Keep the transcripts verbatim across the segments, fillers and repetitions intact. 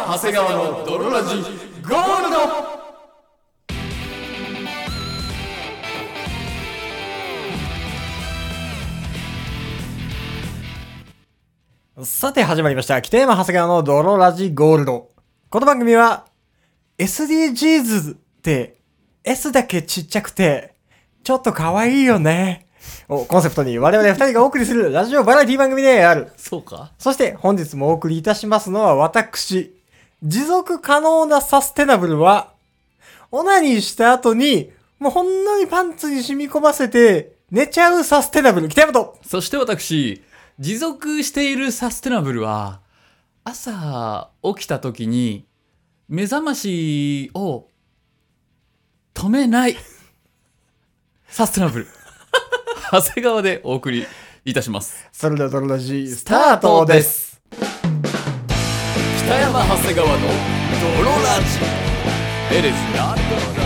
長谷川の泥ラジゴールド。さて始まりました。北山長谷川の泥ラジゴールド。この番組は エスディージーズ って S だけちっちゃくてちょっと可愛いよねをコンセプトに我々二人がお送りするラジオバラエティ番組である。 そうか。 そして本日もお送りいたしますのは私、持続可能なサステナブルはオナニーした後にもうほんのにパンツに染み込ませて寝ちゃうサステナブル北山と。 そして私、持続しているサステナブルは朝起きた時に目覚ましを止めないサステナブル長谷川でお送りいたします。 それではドロラジスタートです。 北山長谷川の泥ラジ It is not the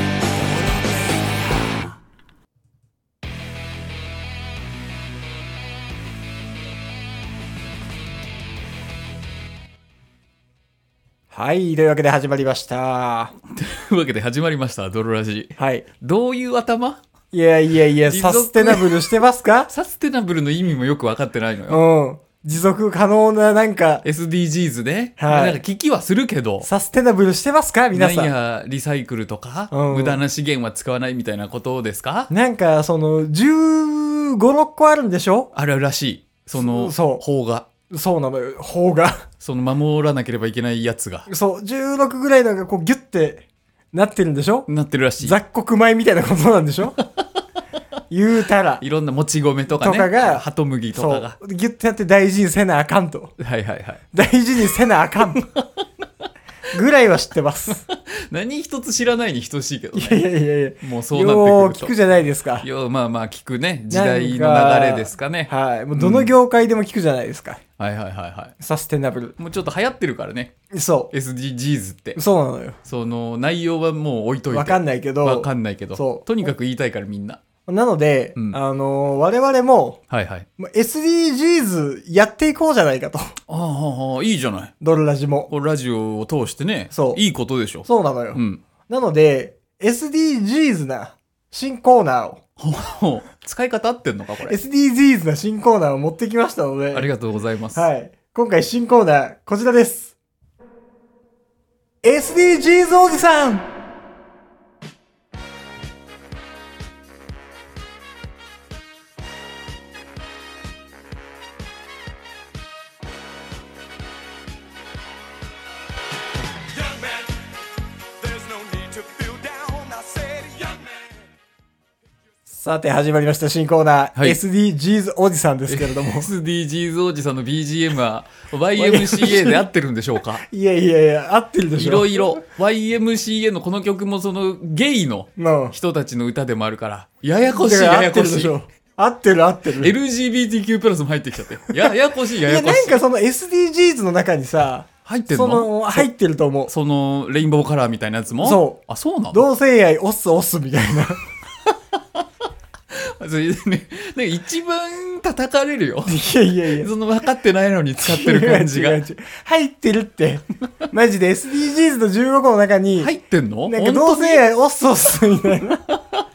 はい、というわけで始まりました。 というわけで始まりました泥ラジ。 はい。 どういう頭？ いやいやいや、サステナブルしてますか？ サステナブルの意味もよく分かってないのよ。 うん。持続可能ななんかエスディージーズ ね。 はい。 なんか聞きはするけど。 サステナブルしてますか皆さん。 なんや、リサイクルとか、うん、無駄な資源は使わないみたいなことですか？ なんか、その、じゅうご、ろっこあるんでしょ？ あるらしい。その、 そう。 法が。 そうなのよ、法が。 その守らなければいけないやつが。 そう、じゅうろくぐらいのがこうギュッてなってるんでしょ？ なってるらしい。 雑穀米みたいなことなんでしょ？言うたら。 いろんなもち米とかね。 とかが、 ハト麦とかが。 そう。ギュッてやって大事にせなあかんと。 はいはいはい。 大事にせなあかん。ぐらいは知ってます。 何一つ知らないに等しいけどね。 いやいやいやもうそうなってくると。 よー聞くじゃないですか。 よーまあまあ聞くね。時代の流れですかね。 はい。もうどの業界でも聞くじゃないですか。 うん、はいはいはいはい。 サステナブル。 もうちょっと流行ってるからね。 そう。 エスディージーズ って。 そうなのよ。 その内容はもう置いといて。 わかんないけど。 わかんないけど。 そう。 とにかく言いたいからみんな。 なので、うん、あのー、我々も、 はいはい。 エスディージーズ やっていこうじゃないかと。ああ、いいじゃない。 ドルラジも。 ラジオを通してね。そう。いいことでしょ。 そうなのよ。 うん。 なので、エスディージーズ な新コーナーを。 ほう。使い方合ってんのかこれ。 エスディージーズ な新コーナーを持ってきましたので。 ありがとうございます。 はい。今回新コーナー、こちらです。エスディージーズ おじさんさて始まりました新コーナー、はい、エスディージーズ おじさんですけれどもエスディージーズ おじさんの ビージーエム は ワイエムシーエー で合ってるんでしょうか？ いやいやいや合ってるでしょ。 いろいろ ワイエムシーエー のこの曲もそのゲイの人たちの歌でもあるからややこしいややこしい。 合ってる合ってる。 エルジービーティーキュー プラスも入ってきちゃってややこしいややこしい。 いやなんかその エスディージーズ の中にさ入ってるの？ その入ってると思う。 そのレインボーカラーみたいなやつも。 そう。 あ、そうなの？ 同性愛オスオスみたいな。 それね、ね、一番叩かれるよ。 いやいやいや。 その分かってないのに使ってる感じが。 違う違う違う入ってるって。マジで エスディージーズ のじゅうごこの中に。 入ってんの？ なんか同性愛オスオスみたいな。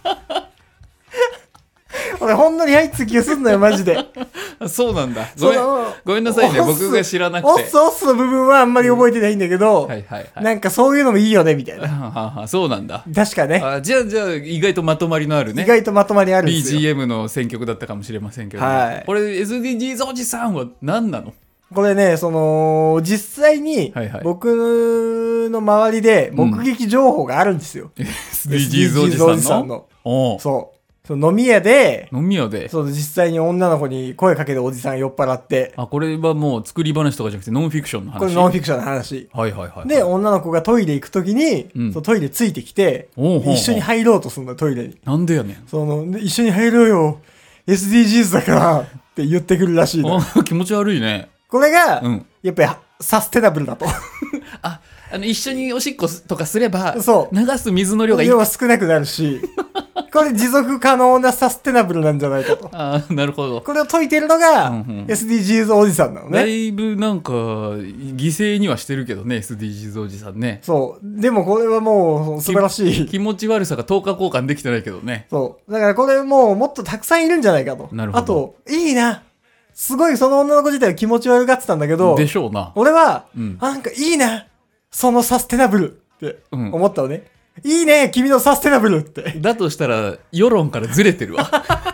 俺ほんのり入ってた気がすんのよマジで。 そうなんだ。ごめん、ごめんなさいね僕が知らなくて。 オスオスの部分はあんまり覚えてないんだけど、 うんはいはいはい、 なんかそういうのもいいよねみたいな。 ははそうなんだ。 確かね。 あじゃあじゃあ意外とまとまりのあるね。 意外とまとまりあるんですよ。 ビージーエム の選曲だったかもしれませんけど、ね。 はい。 これ エスディージーズ おじさんは何なの？ これね、その、実際に、僕の周りで目撃情報があるんですよ。 うん、エスディージーズ おじさん の, さんのおそう。その飲み屋で、 飲み屋でそう、実際に女の子に声かけるおじさん酔っ払って。 あ、これはもう作り話とかじゃなくてノンフィクションの話。 これノンフィクションの話。 はいはいはい。 で、女の子がトイレ行くときに、うん、そのトイレついてきて、 おうほうほう一緒に入ろうとするの、トイレに。 なんでやねん。 その、一緒に入ろうよ。エスディージーズ だから、って言ってくるらしいの。 気持ち悪いね。 これが、 うん、 やっぱりサステナブルだと。 あ、あの一緒におしっことかすれば、 そう流す水の量が量は少なくなるし、 これ持続可能なサステナブルなんじゃないかと。 ああ、なるほど。 これを解いてるのが、 うんうんエスディージーズ おじさんなのだね。 いぶなんか、犠牲にはしてるけどね、エスディージーズ おじさんね。 そう。でもこれはもう素晴らしい。 気持ち悪さが等価交換できてないけどね。 そう。だからこれもうもっとたくさんいるんじゃないかと。 なるほどあと、いいな。すごいその女の子自体は気持ち悪がってたんだけど、 でしょうな。 俺は、 うんあなんかいいな。そのサステナブルってうん思ったのね。いいね、君のサステナブルって。 だとしたら、世論からずれてるわ。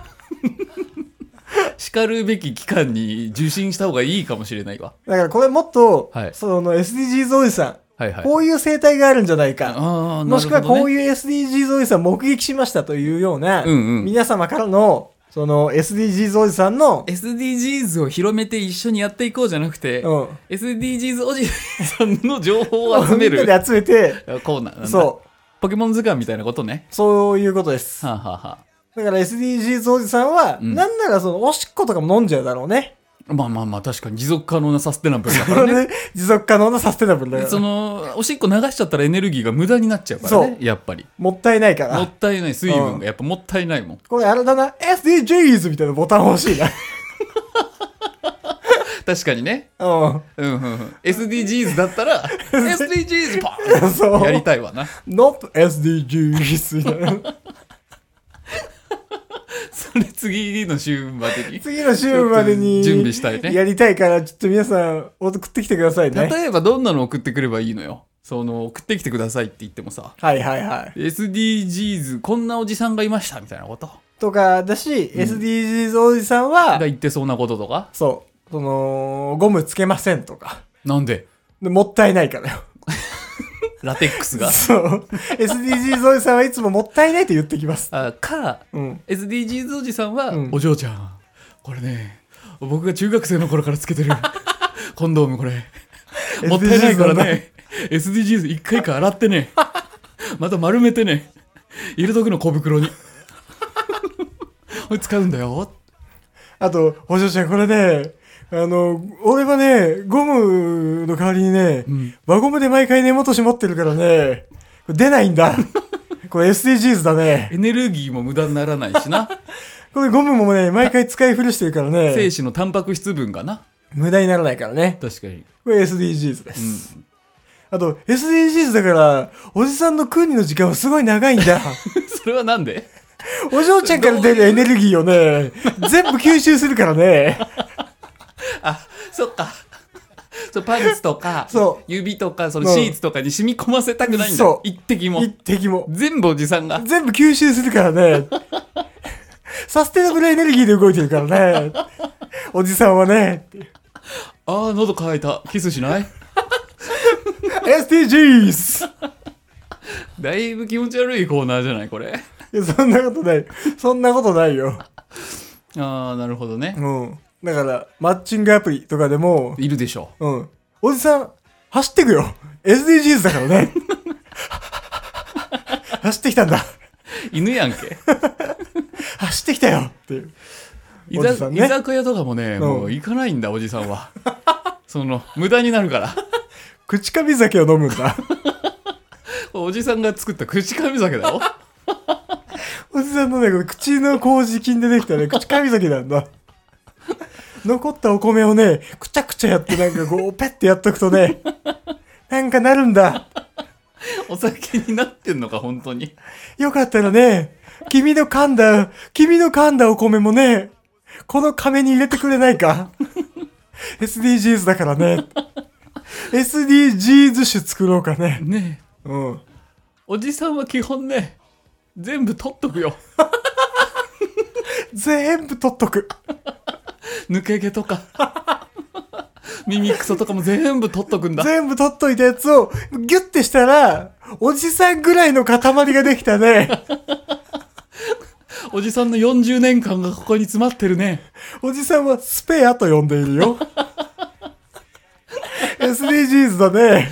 叱るべき機関に受信した方がいいかもしれないわ。 だからこれもっと、 はいその エスディージーズ おじさん、 はいはい。 こういう生態があるんじゃないか。 ああ、 もしくはこうう。 いう エスディージーズ おじさん目撃しましたというような、 うんうん皆様からの、その エスディージーズ おじさんの、 エスディージーズ を広めて一緒にやっていこうじゃなくて、 うん。 エスディージーズ おじさんの情報を集めるみんなで集めて、 コーナーなんだ。 そう。 ポケモン図鑑みたいなことね。 そういうことです。 はあ、はあはあ、 だから エスディージーズ おじさんは、 うんなんならその、おしっことかも飲んじゃうだろうね。 まあまあまあ、確かに持続可能なサステナブルだからね。 持続可能なサステナブルだから。 その、おしっこ流しちゃったらエネルギーが無駄になっちゃうからね。やっぱり。 もったいないから。 もったいない水分がやっぱもったいないもん。 これあれだな、エスディージーズ みたいなボタン欲しいな。 確かにね。 うん。 うんうんうん。エスディージーズ だったら、エスディージーズ パーンそう。 やりたいわな。 not エスディージーズ みたいな。 それ次の週までに。 次の週までに、 準備したいねやりたいから、ちょっと皆さん、送ってきてくださいね。 例えばどんなの送ってくればいいのよ。その、送ってきてくださいって言ってもさ、 はいはいはい。 エスディージーズ こんなおじさんがいましたみたいなこととかだし、エスディージーズ おじさんはが、言ってそうなこととか。 そう、その、ゴムつけませんとか。 なんででもったいないからよ。 ラテックスが。 そう。エスディージーズ おじさんはいつももったいないと言ってきます。 あか、 うん。 エスディージーズ おじさんは、 うんお嬢ちゃん、これね、僕が中学生の頃からつけてるコンドームこれ、もったいないからね、エスディージーズ 一回か洗ってね、また丸めてね、入れとくの小袋に。これ使うんだよ。 あと、お嬢ちゃんこれね、あの、俺はね、ゴムの代わりにね、 うん輪ゴムで毎回根元絞ってるからね、これ出ないんだ。これ エスディージーズ だね。 エネルギーも無駄にならないしな。 これゴムもね、毎回使い古してるから精ね、 子のタンパク質分がな。 無駄にならないからね。 確かに。 これ エスディージーズ でうす。 ん。 あと、エスディージーズ だから、おじさんの空にの時間はすごい長いんだ。 それはなんでお嬢ちゃんから出るエネルギーをね、全部吸収するからね。 あ、そっか。そうパンツとかそう指とかそのシーツとかに染み込ませたくないんだ。 そう一滴も。 一滴も。 全部おじさんが。 全部吸収するからね。サステナブルエネルギーで動いてるからね。おじさんはね。 ああ、喉乾いた。キスしない？ エスディージーズだいぶ気持ち悪いコーナーじゃないこれ。 いやそんなことない。そんなことないよ。 ああ、なるほどね。 うん。だから、マッチングアプリとかでも、 いるでしょうん。おじさん、走ってくよ。エスディージーズ だからね。走ってきたんだ。 う。犬やんけ。 走ってきたよっていう。 居ざおじさんね居酒屋とかもね、もう行かないんだ、おじさんは。その、無駄になるから。 口かみ酒を飲むんだ。 おじさんが作った口かみ酒だろ。 おじさんのね、これ口の麹菌でできたね、口かみ酒なんだ。残ったお米をね、くちゃくちゃやってなんかこう、ペッてやっとくとね、なんかなるんだ。 お酒になってんのか、本当に。 よかったらね、君の噛んだ、君の噛んだお米もね、この亀に入れてくれないか。エスディージーズ だからね。エスディージーズ 種作ろうかね。 ねえ。 うん。 おじさんは基本ね、全部取っとくよ。 全部取っとく。 抜け毛とか。耳くそとかも全部取っとくんだ。 全部取っといたやつをギュッてしたら、おじさんぐらいの塊ができたね。 おじさんのよんじゅうねんかんがここに詰まってるね。 おじさんはスペアと呼んでいるよ。エスディージーズ だね。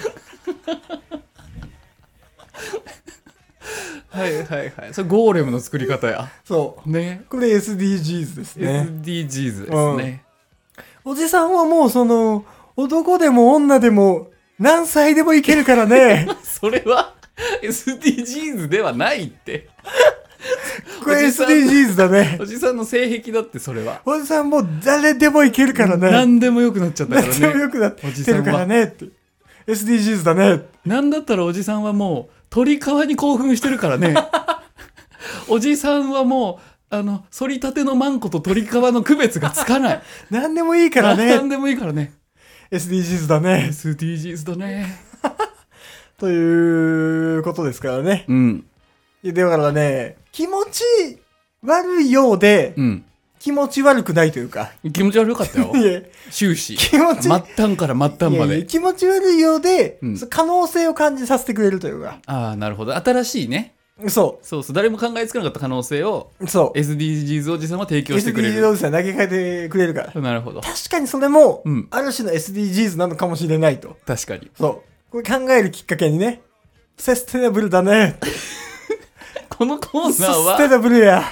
はいはいはい。それゴーレムの作り方や。 そう。 ね。 これ エスディージーズ ですね。 エスディージーズ ですね。 おじさんはもうその、男でも女でも何歳でもいけるからね。 それは エスディージーズ ではないって。 これ エスディージーズ だね。 おじさんの性癖だってそれは。 おじさんもう誰でもいけるからね。 何でも良くなっちゃったからね。 何でもよくなってるからねって。エスディージーズ だね。 なんだったらおじさんはもう鳥皮に興奮してるからね。おじさんはもうあの反りたてのマンコと鳥皮の区別がつかない。 何でもいいからね。 何でもいいからね。 エスディージーズ だね。 エスディージーズ だね。 ということですからね。 うん。 だからね、気持ち悪いようで、 うん。 気持ち悪くないというか。 気持ち悪かったよ。 いや終始。 気持ち末端から末端まいやいで。 や気持ち悪いようで、 うん可能性を感じさせてくれるというか。 ああ、なるほど。新しいね。 そそうそう。誰も考えつかなかった可能性をう。そう。 エスディージーズ おじさんは提供してくれエスディージーズる。 おじさん投げかけてくれるから。 なるほど。 確かにそれも、 うんある種の エスディージーズ なのかもしれないと。 確かに。 そう。これ考えるきっかけにね、サステナブルだね。 このコーナーサステは、 ナブルや。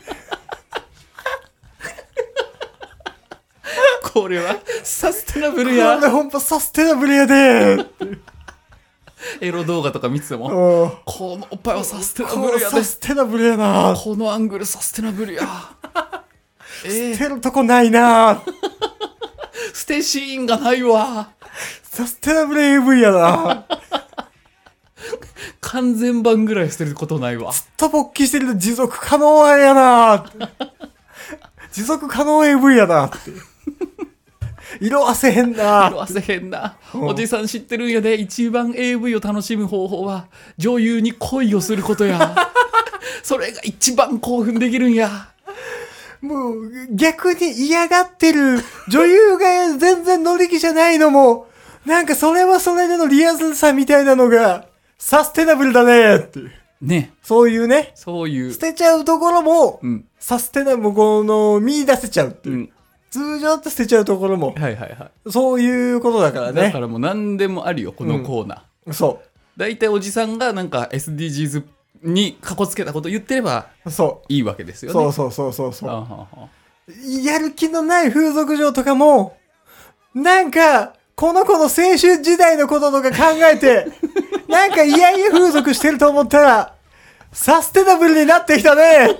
これはサステナブルこれや。 ほんとサステナブルやで。 エロ動画とか見てても、 うんこのおっぱいはサステナこのブルやでサ。ステナブルやな。 このアングルサステナブルや。えー、 捨てるとこないな。 捨てシーンがないわ。 サステナブル エーブイ やな。 完全版ぐらい捨てることないわ。 と勃起してると持続可能やな。持続可能 エーブイ やなって。色あせへんな。 色あせへんな。 うんおじさん知ってるんやで。一番 エーブイ を楽しむ方法は女優に恋をすることや。それが一番興奮できるんや。 もう逆に嫌がってる女優が全然乗り気じゃないのも、なんかそれはそれでのリアルさみたいなのがサステナブルだねっていう。 ね。 そういうね、 そういう。 捨てちゃうところも、 うん。 サステナブルこの見出せちゃうっていう。 うん。 通常って捨てちゃうところも、 はいはいはそういうことだからい。だねか。らもう何でもあるよ、このコーナー。 そ大体おじさんがなんか エスディージーズ にかこつけたこと言ってればう。そいいわけですう。 よね。 そうそうそうそうそう。 あははやる気のない風俗嬢とかも、なんか、この子の青春時代のこととか考えて、なんか嫌々風俗してると思ったら、サステナブルになってきたね。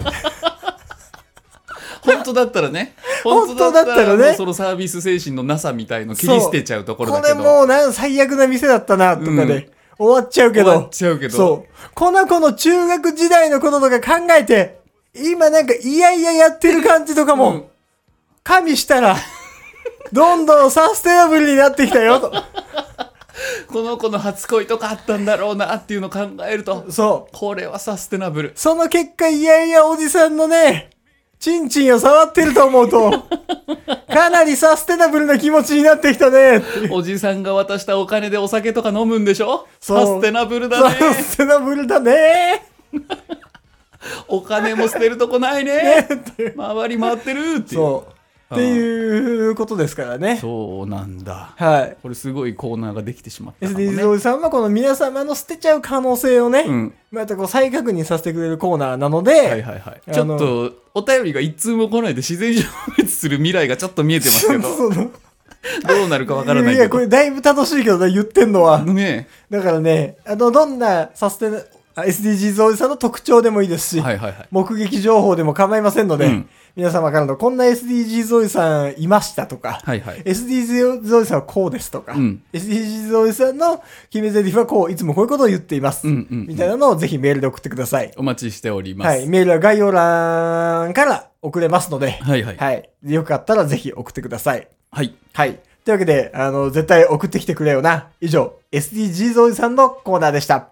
本当だったらね。 本当だったらねもうそのサービス精神のなさみたいの切り捨てちゃうところだこけど。 れもうなん最悪な店だったな、とかで、 うん終わっちゃうけど。 終わっちゃうけどそう。この子の中学時代のこととか考えて、今なんか嫌々やってる感じとかも、 うん加味したら、どんどんサステナブルになってきたよ、と。 この子の初恋とかあったんだろうなっていうのを考えると、 そう。 これはサステナブル。 その結果、いやいやおじさんのね、チンチンを触ってると思うと、かなりサステナブルな気持ちになってきたね。 おじさんが渡したお金でお酒とか飲むんでしょ。 そうサステナブルだね。 サステナブルだね。 お金も捨てるとこないね。回り回ってるっていう。 そう。っていうことですからね。 そうなんだ。 はい。 これすごいコーナーができてしまったかもエスディージーズね。 おじさんはこの皆様の捨てちゃう可能性をね、 うん。 またこう再確認させてくれるコーナーなので、 はいはいはい。 あのちょっとお便りが一通も来ないで自然消滅する未来がちょっと見えてますけど、 そのどうなるかわからないいや、 けど。 これだいぶ楽しいけどね、言ってんのは。 ねだからね、あの、どんなサステナ、あ エスディージーズ おじさんの特徴でもいいですし、 はいはいはい。 目撃情報でも構いませんので、 うん皆様からのこんな エスディージーズ おじさんいましたとか、 はいはい。 エスディージーズ おじさんはこうですとか、 うんエスディージーズ おじさんの決め台詞はこう、いつもこういうことを言っています。 うんうんうんみたいなのをぜひメールで送ってください。 お待ちしております。 はい。メールは概要欄から送れますので、 はいはい。 はい。よかったらぜひ送ってください。 はい。 はい。というわけで、あの、絶対送ってきてくれよな。以上、エスディージーズ おじさんのコーナーでした。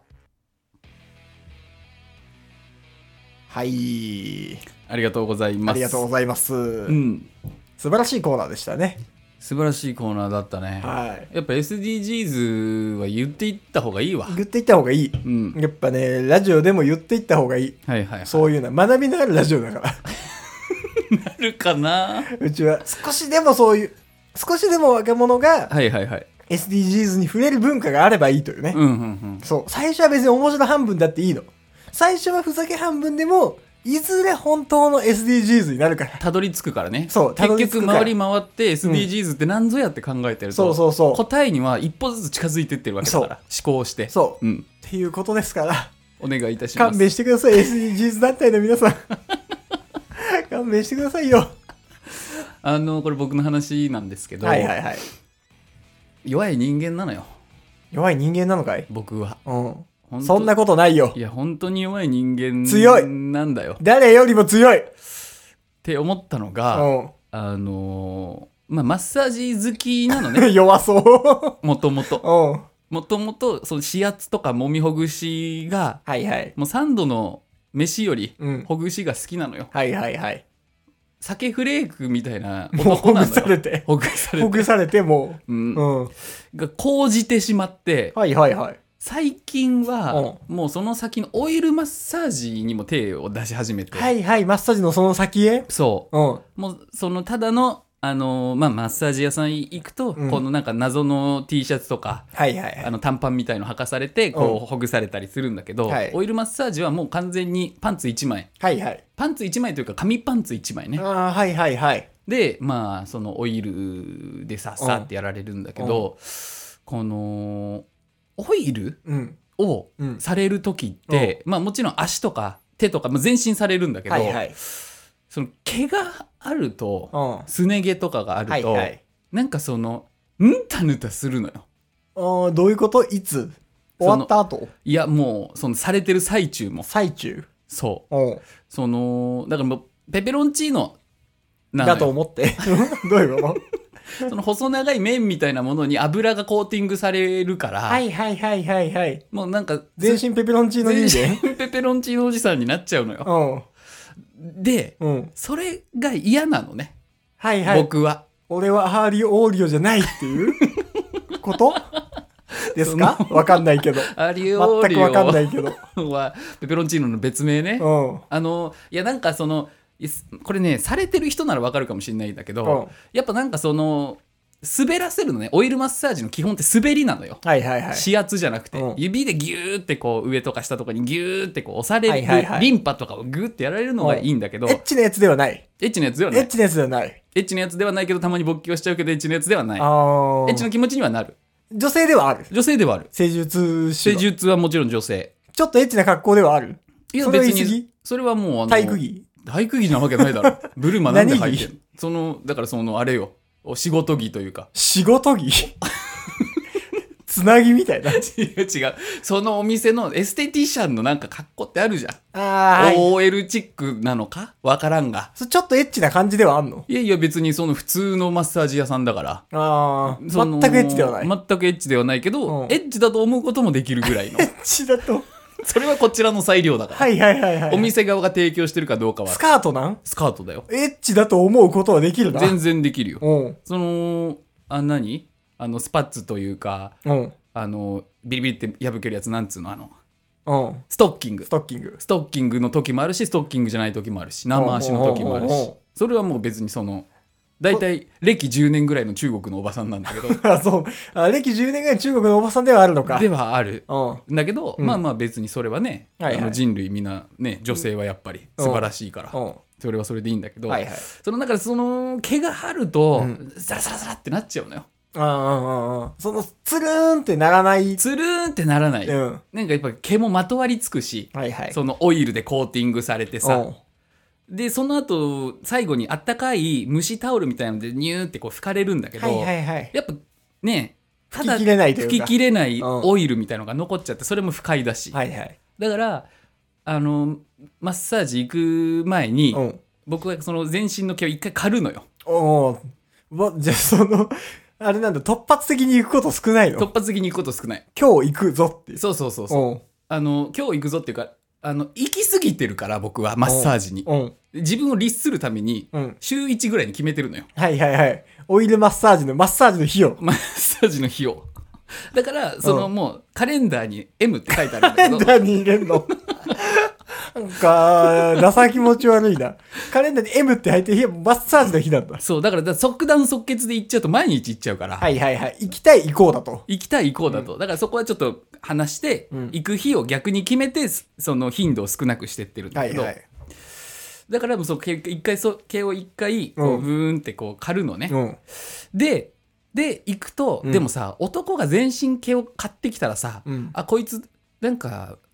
はい。 ありがとうございます。 ありがとうございます。 うん。 素晴らしいコーナーでしたね。 素晴らしいコーナーだったね。 はい。 やっぱ エスディージーズ は言っていった方がいいわ。 言っていった方がいい。 うん。 やっぱね、ラジオでも言っていった方がいい。 はいはい、はい。 そういうのは学びのあるラジオだから。 なるかな。 うちは少しでもそういう、少しでも若者がはいはいはい。 エスディージーズ に触れる文化があればいいというね。 うんうんうん。 そう。最初は別に面白半分だっていいの。最初はふざけ半分でも、いずれ本当の エスディージーズ になるから。 たどり着くからね。 そうたどり着結くから局回り回って エスディージーズ って何ぞやって考えてると、 そうそうそう。 答えには一歩ずつ近づいてってるわけだから、思考して。。 そううん。 っていうことですから。 お願いいたします。 勘弁してください エスディージーズ 団体の皆さん勘弁してくださいよ。 あのこれ僕の話なんですけど、 はいはいはい。 弱い人間なのよ弱い人間なのかい。 僕は。 うん。そんなことないよ。 いや本当に弱い人間強いなんだよ誰よりも強いって思ったのが、 うんあのー、まあマッサージ好きなのね弱そうもともとうんもともとその指圧とか揉みほぐしがはいはいもうさんどの飯よりうんほぐしが好きなのよ。 はいはいはい酒フレークみたいなもうほぐ男なのよ。 されてほぐされてほぐされてもう、 うんうんが高じてしまってはいはいはい最近はもうその先のオイルマッサージにも手を出し始めて、 はいはいマッサージのその先へそううんもうそのただのあのーまあマッサージ屋さん行くと、 うんこのなんか謎の T シャツとかはいはいはいあの短パンみたいの履かされてこうほぐされたりするんだけど、 はいオイルマッサージはもう完全にパンツいちまいはいはいパンツいちまいというか紙パンツいちまいねああはいはいはいでまあそのオイルでささってやられるんだけど、このオイルうんをうんされる時って、まあもちろん足とか手とか、まあ、全身されるんだけど、 はいはいその毛があるとうんすね毛とかがあると、 はいはいなんかそのぬたぬたするのよ。 あーどういうこと。いつ終わった後いやもうそのされてる最中も最中そううんそのだからもうペペロンチーノなのよだと思ってどういうことその細長い麺みたいなものに油がコーティングされるから、 はいはいはいはいはいもうなんか全身ペペロンチーノ人全間身ペペロンチーノおじさんになっちゃうのよ。でうんうんそれが嫌なのね、 はいはい僕は。 俺はハーリー・オーリオじゃないっていうことですかわかんないけどアリオーリ全くわかんないけどオはペペロンチーノの別名ね。 うんあのいやなんかそのいすこれねされてる人ならわかるかもしれないんだけど、 うんやっぱなんかその滑らせるのね。オイルマッサージの基本って滑りなのよ。 はいはいはい指圧じゃなくて、 うん指でギューってこう上とか下とかにギューってこう押される、 はいはいはいリンパとかをグーってやられるのがいいんだけど、 エッチなやつではないエッチなやつではないエッチなやつではないエッチなやつではないけどたまに勃起をしちゃうけどエッチなやつではない。エあッチの気持ちにはなる。 女性ではある女性ではある。 施術師施は術はもちろん女性。 ちょっとエッチな格好ではあるいやそれは別に言い過ぎそれはもうあの体育着体育着なわけないだろ。ブルマなんで履いて何んの。そのだからそのあれよお仕事着というか。 仕事着つなぎみたいな違う違う。そのお店のエステティシャンのなんか格好ってあるじゃん。 あーはいオーエル チックなのかわからんが。 それちょっとエッチな感じではあんの。 いやいや別にその普通のマッサージ屋さんだから。 ああその全くエッチではない全くエッチではないけど、 うんエッチだと思うこともできるぐらいの。 エッチだとそれはこちらの裁量だから。 はいはいはいはいお店側が提供してるかどうかはスカートなんスカートだよ。 エッチだと思うことはできるな全然できるよ。 うんそのあ何あのスパッツというかうんあのビリビリって破けるやつなんつうのあのうんストッキングストッキングストッキングの時もあるしストッキングじゃない時もあるし生足の時もあるしうんうんうんうんそれはもう別にその大体歴じゅうねんぐらいの中国のおばさんなんだけどあそうあ歴じゅうねんぐらい中国のおばさんではあるのかではあるうんだけど、 うんまあまあ別にそれはね、 はいはいあの人類みんなね女性はやっぱり素晴らしいから、 うんそれはそれでいいんだけど、 はいはいそのだからその毛が張ると、 うんザラザラザラってなっちゃうのよ。 ああああそのつるーんってならないつるーんってならない、 うんなんかやっぱ毛もまとわりつくし、 はいはいそのオイルでコーティングされてさ、 うんでその後最後にあったかい蒸しタオルみたいなのでニューってこう拭かれるんだけど、 はいはいはいやっぱねただ拭ききれないというか拭ききれないうんオイルみたいのが残っちゃってそれも不快だし、 はいはいだからあのマッサージ行く前に、 うん僕はその全身の毛を一回刈るのよ。 おおわじゃあそのあれなんだ突発的に行くこと少ないの突発的に行くこと少ない。 今日行くぞってそうそうそうそう。 うんあの今日行くぞっていうかあの行き過ぎてるから僕はマッサージにうん自分を律するためにうん週いちぐらいに決めてるのよ。 はいはいはいオイルマッサージのマッサージの費用マッサージの費用。だからそのうんもうカレンダーに エム って書いてあるんだけど何入れんのなんか情気持ち悪いなカレンダーに エム って入ってる日はマッサージの日なんだそうだからだから即断即決で行っちゃうと毎日行っちゃうから、 はいはいはい行きたい行こうだと行きたい行こうだと、だからそこはちょっと話して、 うん行く日を逆に決めてその頻度を少なくしてってるんだけど、 はいはいだからもうそう毛一回そう毛を一回こううんブーンってこう刈るのね、 うんでで行くと、 うんでもさ男が全身毛を買ってきたらさ、 うんあこいつなんか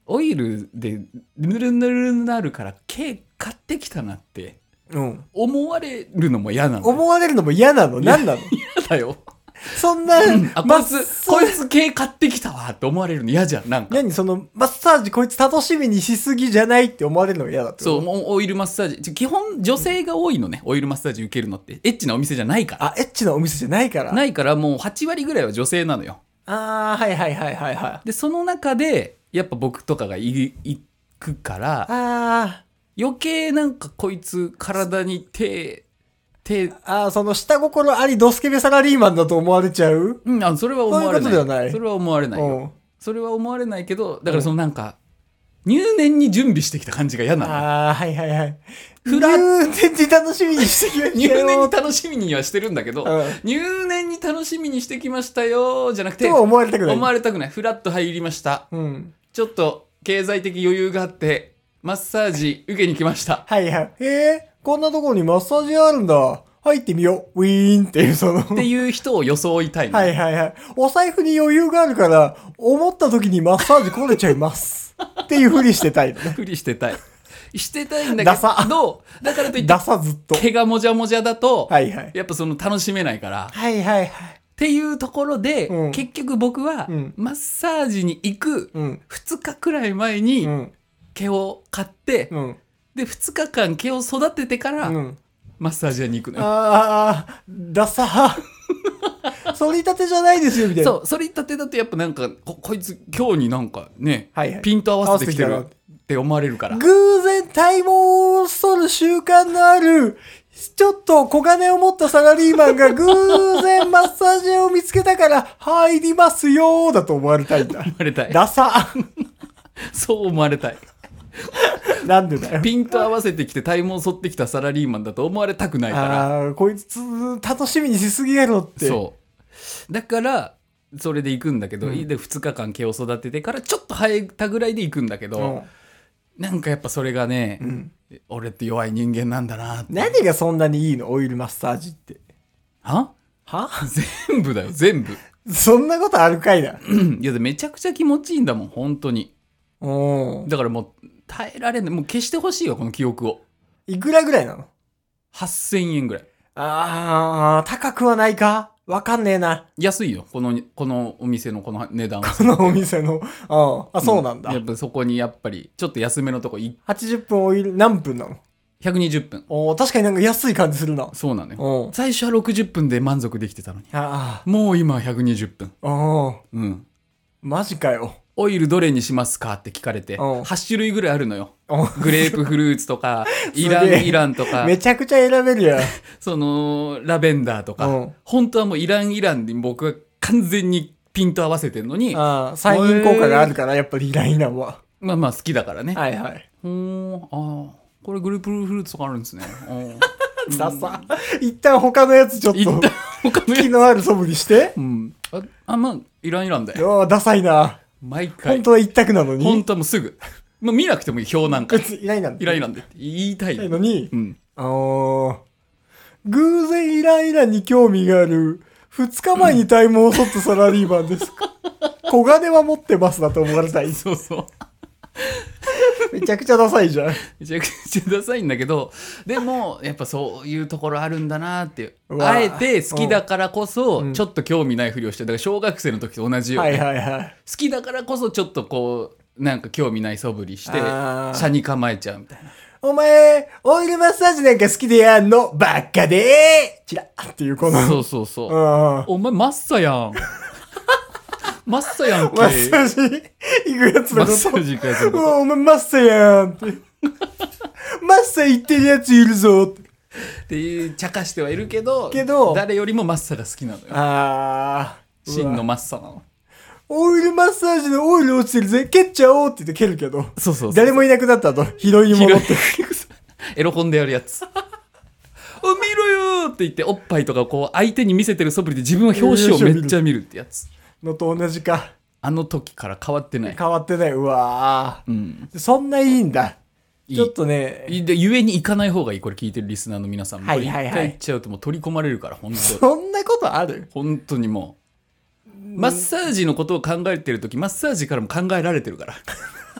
オイルでぬるぬるになるから毛買ってきたなってうん。 思われるのも嫌なの。 思われるのも嫌なの？何なの？ 嫌だよ。 そんな、 うんあ、こいつ、 マッサこいつ毛買ってきたわって思われるの嫌じゃん。なんか。 何その、マッサージこいつ楽しみにしすぎじゃないって思われるのが嫌だってこと。 そう、もうオイルマッサージ。基本女性が多いのね。オイルマッサージ受けるのって。エッチなお店じゃないから。 あ、エッチなお店じゃないから。 ないからもうはち割ぐらいは女性なのよ。 あー、はいはいはいはいはい。 で、その中で、やっぱ僕とかがい行くから、 あ余計なんかこいつ体に手、手、 ー、あー、その下心ありドスケベサラリーマンだと思われちゃう？ うん、あ、それは思われない。 そういうことではないそれは思われないうんよ。それは思われないけど、だからそのなんか、入念に準備してきた感じが嫌なの。 あー、はいはいはい。 フラ入念に楽しみにしてきました入よ。 念に楽しみにはしてるんだけど、 うん入念に楽しみにしてきましたよ、じゃなくて、 とは思われたくない。 思われたくない。フラッと入りました。 うん。 ちょっと経済的余裕があって、マッサージ受けに来ました。 はいはい。へえ、こんなところにマッサージあるんだ。入ってみよう。ウィーンっていうその。 っていう人を装いたいの。 はいはいはい。お財布に余裕があるから、思った時にマッサージ来れちゃいます。っていうふりしてたいのね。 ふりしてたい。してたいんだダサけど、だからといってダ、サずっと。 毛がもじゃもじゃだと、 はいはい。 やっぱその楽しめないから。っはいはいはい。 ていうところで、 うん結局僕はうん、 マッサージに行くうん。 ふつかくらい前にうん。 毛を買って、 うん。 で、ふつかかん毛を育ててから、 うん。 マッサージ屋に行くのよ。 あー、ダサ。そり立てじゃないですよ、みたいな。 そう、それ言ったてだとやっぱなんか、こ、こいつ今日になんかね、 はいはいピント合わせてきてる合わせてって思われるから。 偶然体毛を剃る習慣のある、ちょっと小金を持ったサラリーマンが偶然マッサージ屋を見つけたから入りますよーだと思われたいんだ。 思われたい。 ダサ。 そう思われたい。 なんでだよ。 ピント合わせてきて体毛剃ってきたサラリーマンだと思われたくないから。 あー、こいつ楽しみにしすぎやろって。 そう。だから、それで行くんだけど、 うんでふつかかん毛を育ててからちょっと生えたぐらいで行くんだけど、 うんなんかやっぱそれがね、 うん俺って弱い人間なんだなって。 何がそんなにいいのオイルマッサージって。 はは全部だよ、全部。 そんなことあるかいな。 いや、めちゃくちゃ気持ちいいんだもん、本当に。 うん。 だからもう、耐えられない。もう消してほしいわ、この記憶を。 いくらぐらいなの？ はっせんえんぐらい。 あー、高くはないか？わかんねえな。 安いよ、この、このお店のこの値段は。 このお店の。ああ、そうなんだ。 やっぱそこにやっぱり、ちょっと安めのとこい、 はちじゅっぷんオイル、何分なの？ ひゃくにじゅっぷん。 おー確かになんか安い感じするな。 そうなのよ。 うん。 最初はろくじゅっぷんで満足できてたのに。 あもう今ひゃくにじゅっぷん。 あ、おーうん。 マジかよ。 オイルどれにしますかって聞かれて、 うんはち種類ぐらいあるのよ。 おグレープフルーツとか、イラすげえンイランとか、 めちゃくちゃ選べるやん。 その、ラベンダーとか、 うん本当はもうイランイランに僕は完全にピント合わせてるのに、 ああ、サイン効果があるから、やっぱりイライラは。 まあまあ好きだからね。 はいはい。 ほー、ああ、これグレープフルーツとかあるんですね。うんダサ。一旦他のやつちょっと、 一旦他のや気のある素振りして。 うん。あ、あまあ、イランイランだよ。 おーダサいな。 毎回本。当は一択なのに。 本当はもうすぐ。もう見なくてもいい、表なんか。 別にイライライランイランでって言いたいないのにう、ん。 あー偶然イライラに興味がある、二日前に体毛を剃ったサラリーマンですか。小金は持ってますだと思われたい。 そうそう。 めちゃくちゃダサいじゃん。 めちゃくちゃダサいんだけど、でも、やっぱそういうところあるんだなっていう。 うわあえて好きだからこそ、 うんちょっと興味ないふりをして、だから小学生の時と同じように、 はいはいはい。 好きだからこそちょっとこう、なんか興味ない素振りして、 あー車に構えちゃうみたいな。 お前、オイルマッサージなんか好きでやんのばっかでーチラッっていうこの。 そうそうそう。 うん。 お前マッサやん。マッサやんけ。 マッサージ行くやつのこと。 マッサージ行くやつのことうわお前マッサやんって。マッサ行ってるやついるぞって。 っていう茶化してはいるけど、 けど誰よりもマッサが好きなのよ。 あー。 真のうわマッサなの。 オイルマッサージのオイル落ちてるぜ。蹴っちゃおうって言って蹴るけど。 そうそうそう。 誰もいなくなった後、拾いに戻って。 エロ本でやるやつ。お見ろよーって言っておっぱいとかこう相手に見せてる素振りで自分は表紙をめっちゃ見るってやつ。 のと同じか。 あの時から変わってない。 変わってない。うわうん。 ー。そんないいんだ。 いいちょっとね、 で、ゆえに行かない方がいい。これ聞いてるリスナーの皆さんも。 はいはいはいこれ一回行っちゃうともう取り込まれるから、本当そんなことある本当にもう。マッサージのことを考えてる時マッサージからも考えられてるから。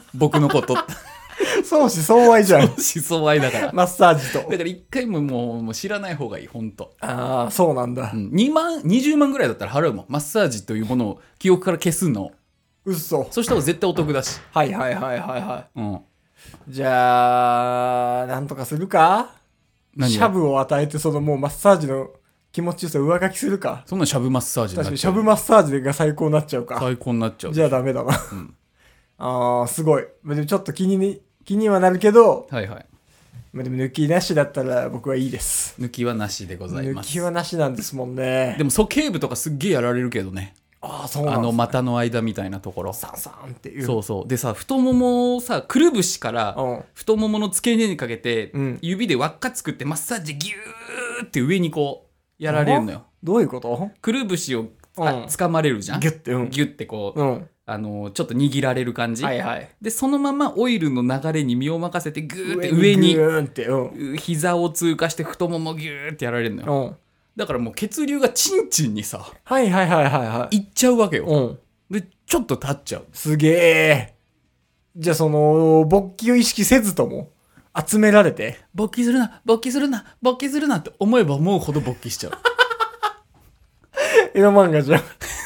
僕のこと相思相愛じゃん。 相思相愛だからマッサージと。 だから一回ももうもう知らない方がいいほんと、 ああ、そうなんだう。ん、にまんにじゅうまんぐらいだったら払うもん。マッサージというものを記憶から消すの。 うっそ。 そしたら絶対お得だし、 はいはいはいはいはうん、 い。じゃあ、なんとかするか？ 何がシャブを与えて、そのもうマッサージの気持ちよさ上書きするか？ そんなシャブマッサージに確かになっちゃうシャブマッサージが最高になっちゃうか。 最高になっちゃう。 じゃあダメだな。 うんああ、すごい。まあでもちょっと気に、気にはなるけど、 はいはい、 まあでも抜きなしだったら僕はいいです。 抜きはなしでござい抜ます。 きはなしなんですもんね。 でも鼠径部とかすっげえやられるけどね、 ああ、そうなんあのですね。 股の間みたいなところ。 サンサンっていう。 そうそうでさ、太ももをさ、くるぶしからうん。 太ももの付け根にかけて、 うん指で輪っか作ってマッサージギューって上にこうやられるのよ。 どういうこと？ くるぶしをあうん掴まれるじゃん。 ギュッて、うん。 ギュッてこう、 うん。 あのちょっと握られる感じ、 はいはい。 でそのままオイルの流れに身を任せてグーって上にグーンって、うん。 膝を通過して太ももギューってやられるのよ。 うん。 だからもう血流がチンチンにさはいはいはいはいはい。 いっちゃうわけよ。 うん。 でちょっと立っちゃう。 すげえ。じゃあその、勃起を意識せずとも、集められて。 勃起するな勃起するな勃起するなって思えば思うほど勃起しちゃう。 エロ漫画じゃん。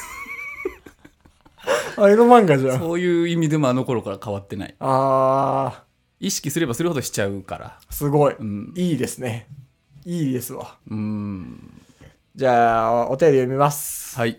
あ、エロ漫画じゃん。 そういう意味でもあの頃から変わってない。 あ意識すればするほどしちゃうから。 ー、すごい。 うんいいですね。いいですわ。 うーんじゃあ、お便り読みます。 はい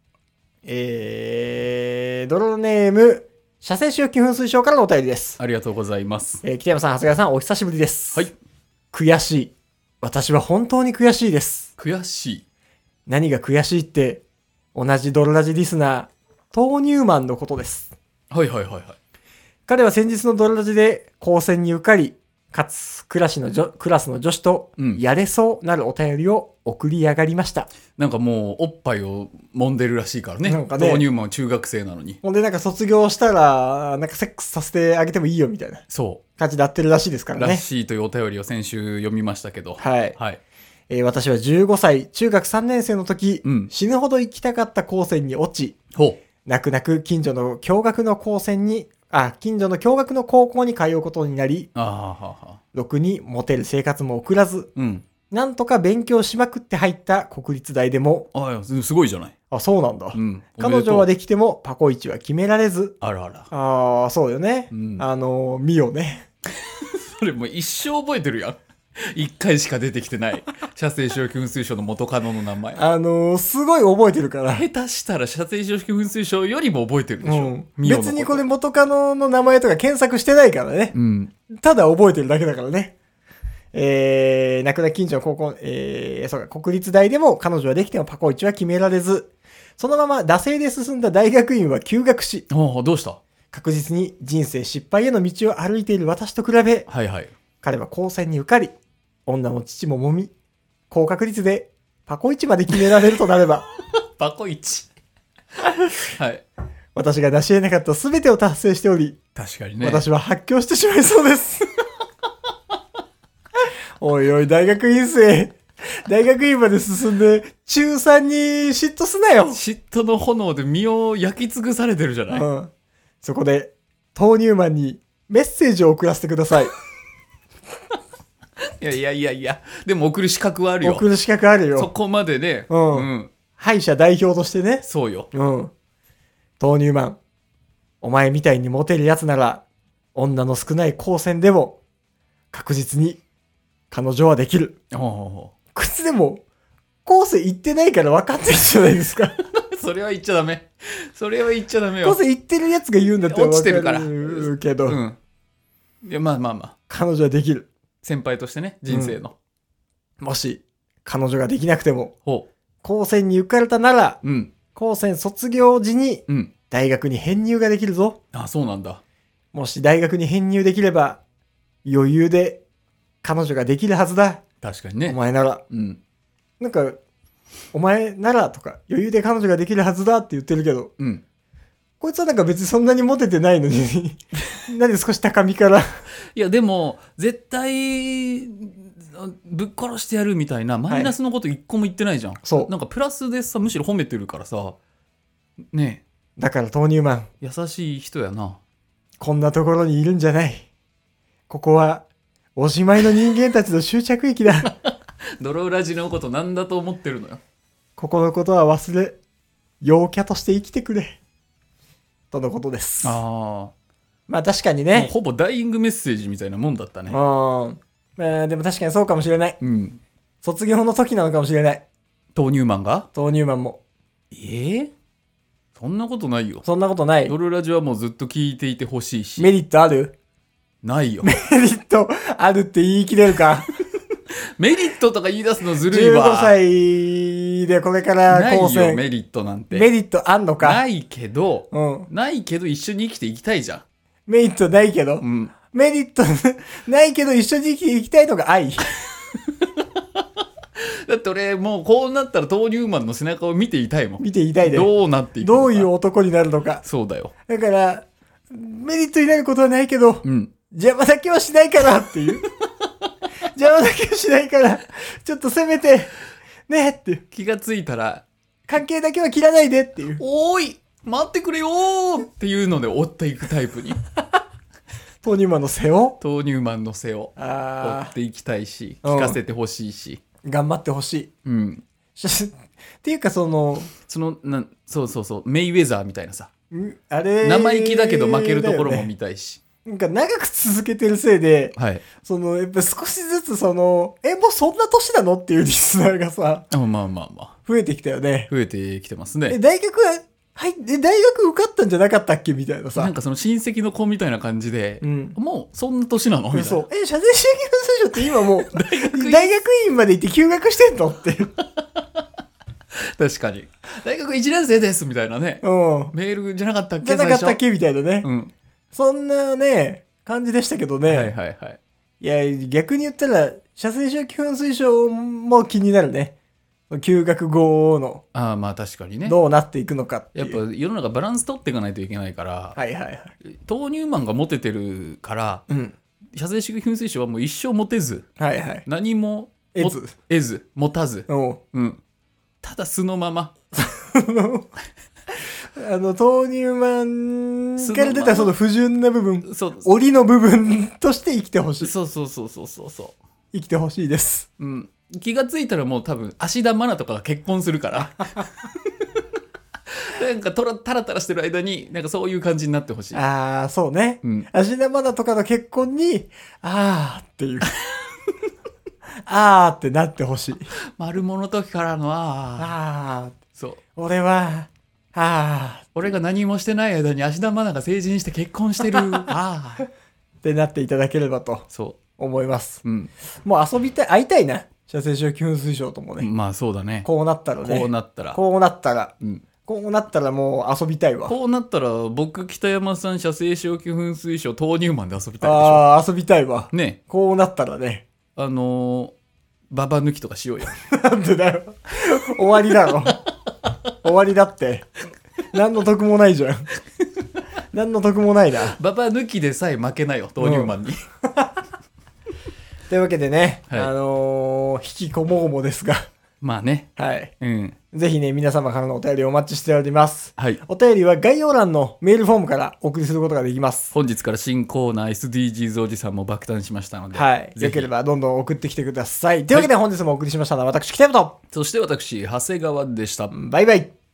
えー、ドローネーム、射精使用金噴水症からのお便りです。 ありがとうございます。 えー、北山さん、長谷川さん、お久しぶりです。 はい。 悔しい。私は本当に悔しいです。 悔しい。 何が悔しいって、同じドロラジリスナー、豆乳マンのことです。 はいはいはいはい。 彼は先日のドロラジで高専に受かり、かつクラスの女クラスの女子とうんやれそうなるお便りを送り上がりました。 なんかもうおっぱいを揉んでるらしいからね。 なんかね導入マンは中学生なのに。 ほんでなんか卒業したら、なんかセックスさせてあげてもいいよみたいなそ感じでやってるらしいですかう。 らね。 らしいというお便りを先週読みましたけど。 はい。 はい。 えー私はじゅうごさい、中学さんねん生の時、 うん死ぬほど行きたかった高専に落ち、 ほ泣く泣く近所の共学の高専に、あ、近所の共学の高校に通うことになり、 う。ああはあはあ。 ろくにモテる生活も送らず、 うん。 なんとか勉強しまくって入った国立大でも、 ああ、すすごいじゃない。 あ、そうなんだ。 うん。 彼女はで。 できてもパコイチは決められず、 あらあら。 ああ、そうよね。 うんあのー、ミオね。 それもう一生覚えてるやん。一回しか出てきてない。射精使用噴水症の元カノの名前。 あのー、すごい覚えてるから。 下手したら射精使用噴水症よりも覚えてるでしょ。 うん。 ミオのと別にこれ元カノの名前とか検索してないからね。 うん。 ただ覚えてるだけだからね。えー、亡くな近所の高校、えー、そうか、国立大でも彼女はできてもパコイチは決められず、そのまま惰性で進んだ大学院は休学し、 おお、どうした？ 確実に人生失敗への道を歩いている私と比べ、 はいはい。 彼は高専に受かり、女も父も揉み、高確率でパコイチまで決められるとなれば、 パコイチ。はい。 私が成し得なかった全てを達成しており、 確かにね。 私は発狂してしまいそうです。おいおい、大学院生。大学院まで進んで、中さんに嫉妬すなよ。 嫉妬の炎で身を焼き尽くされてるじゃない。 うん。そこで、豆乳マンにメッセージを送らせてください。 いやいやいやいや。でも送る資格はあるよ。 送る資格あるそよ。 こまでね。 うんうん。 敗者代表としてね。 そうよ。 うん。豆乳マン。お前みたいにモテるやつなら、女の少ない高専でも、確実に、彼女はできる。 おお。 こいつでも、高専行ってないから分かってるじゃないですか。 それは言っちゃダメ。それは言っちゃダメよ。 高専行ってるやつが言うんだったら落ちてるから分かるけど、 うん。いや、まあまあまあ。 彼女はできる。 先輩としてね、人生の。 もし、彼女ができなくても、 ほ高専に受かれたなら、 う。うん。 高専卒業時にうん。 大学に編入ができるぞ。 あ、そうなんだ。 もし大学に編入できれば、余裕で彼女ができるはずだ。お確かにね。 前なら。 うん。 なんか、お前ならとか、余裕で彼女ができるはずだって言ってるけど、 うん。 こいつはなんか別にそんなにモテてないのに、なんで少し高みから。 いや、でも、絶対、ぶっ殺してやるみたいな、マイナスのこと一個も言ってないじゃん。 そうなんかプラスでさ、むしろ褒めてるからさ、ねだから豆乳マン、 え、優しい人やな。 こんなところにいるんじゃない。ここはおしまいの人間たちの終着駅だ。 ドロラジのことなんだと思ってるのよ。 ここのことは忘れ、陽キャとして生きてくれ。とのことです。 ああ。 まあ確かにもうね。 ほぼダイイングメッセージみたいなもんだったね。 うん。まあでも確かにそうかもしれない。 うん。 卒業の時なのかもしれない。 豆乳マンが豆乳マンも。 ええそんなことないよ。 そんなことない。 ドロラジはもうずっと聞いていてほしいし。 メリットある？ ないよ。 メリットあるって言い切れるか。 メリットとか言い出すのずるいじゅうわ。 ごさいでこれからないよ、 高専。 メリットなんて。 メリットあんのか。 ないけど、 うん。 ないけど一緒に生きていきたいじゃん。 メリットないけど。 うん。 メリットないけど一緒に生きていきたいのが愛。 だって俺もうこうなったら豆乳マンの背中を見ていたいもん。 見ていたいで。 どうなっていくのか。 どういう男になるのか。 そうだよ。 だから、メリットになることはないけど、 うん。 邪魔だけはしないからっていう。邪魔だけはしないから、ちょっとせめて、ねっていう。 気がついたら、 関係だけは切らないでっていう。 おーい待ってくれよーっていうので追っていくタイプに。 豆乳マンの背を豆乳マンの背を追あっていきたいし、 うん聞かせてほしいし。 ー頑張ってほしい。 うん。 っていうかその、 その、なんそうそうそう、メイウェザーみたいなさ。 んあれ、 生意気だけど負けるところもだよね見たいし。 なんか長く続けてるせいで、 はい。 その、やっぱ少しずつその、え、もうそんな年なのっていうリスナーがさ、 あまあまあまあ。 増えてきたよね。 増えてきてますえ、 ね。 大学は、はい、え、大学受かったんじゃなかったっけみたいなさ。 なんかその親戚の子みたいな感じで、 うんもうそんな年なのみたいな。 そう。え、社税収益の水準って今もう、大学院まで行って休学してんのっていう。 確かに。大学いちねん生ですみたいなね。 うん。 メールじゃなかったっけじゃなかったっけみたいなね。 うん。 そんなね、感じでしたけどね。 はいはいはい。 いや、逆に言ったら、社税収益分水証も気になるね。休学後の、 ああまあ確かにね。 どうなっていくのかっていやう。 っぱ世の中バランス取っていかないといけないから、 はいはいはい。 豆乳マンがモテてるから、 うん。 射精主義噴水賞はもう一生モテず、 はいはい。 何も得ずも得ず、持たず、 おううん。ただ素のまま。 あの、豆乳マンから出たその不純な部分、 そう檻の部分として生きてほしい。 そうそうそうそうそうそ生きてほしいです。 う。うん。気がついたらもう多分、芦田愛菜とかが結婚するから。なんかトラタラタラしてる間に、なんかそういう感じになってほしい。 ああ、そうね。 うん。 芦田愛菜とかの結婚に、あーっていう。あーってなってほしい。 丸物の時からのああ。 あー。 そう。 俺は、あー俺が何もしてない間に芦田愛菜が成人して結婚してる。ああ。 ってなっていただければとそ思います。 う。うん。 もう遊びたい、会いたいな。射精小噴水賞ともね。 まあそうだね。 こうなったらね。 こうなったら。 こうなったら。 うん。 こうなったらもう遊びたいわ。 こうなったら、僕、北山さん、射精小球噴水賞、豆乳マンで遊びたいでしょ。 ああ、遊びたいわ。 ね。 こうなったらね。 あのー、ババ抜きとかしようよ。 なんでだよ。終わりだろ。終わりだって。何の得もないじゃん。何の得もないな。 ババ抜きでさえ負けないよ、豆乳マンに。 というわけでね、 はいあのー、引きこもごもですが、 まあね。 はい。 うん。 ぜひね、皆様からのお便りお待ちしております。 はい。 お便りは概要欄のメールフォームからお送りすることができます。 本日から新コーナー エスディージーズ おじさんも爆誕しましたので。 はい。 ぜひよければどんどん送ってきてください。というわけで本日もお送りしましたのは私、北山と、 そして私、長谷川でした。 バイバイ。